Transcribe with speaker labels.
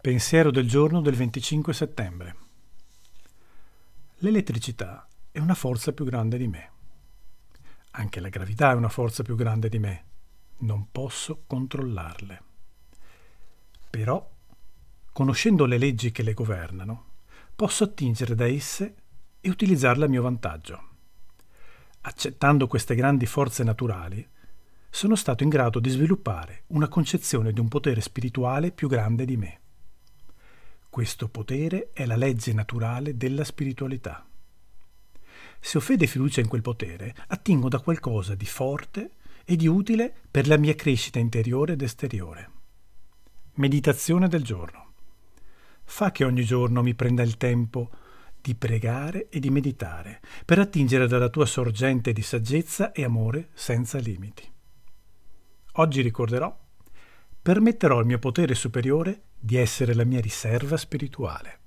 Speaker 1: Pensiero del giorno del 25 settembre. L'elettricità è una forza più grande di me. Anche la gravità è una forza più grande di me. Non posso controllarle. Però, conoscendo le leggi che le governano, posso attingere da esse e utilizzarle a mio vantaggio. Accettando queste grandi forze naturali, sono stato in grado di sviluppare una concezione di un potere spirituale più grande di me. Questo potere è la legge naturale della spiritualità. Se ho fede e fiducia in quel potere, attingo da qualcosa di forte e di utile per la mia crescita interiore ed esteriore. Meditazione del giorno. Fa che ogni giorno mi prenda il tempo di pregare e di meditare per attingere dalla tua sorgente di saggezza e amore senza limiti. Oggi ricorderò: permetterò al mio potere superiore di essere la mia riserva spirituale.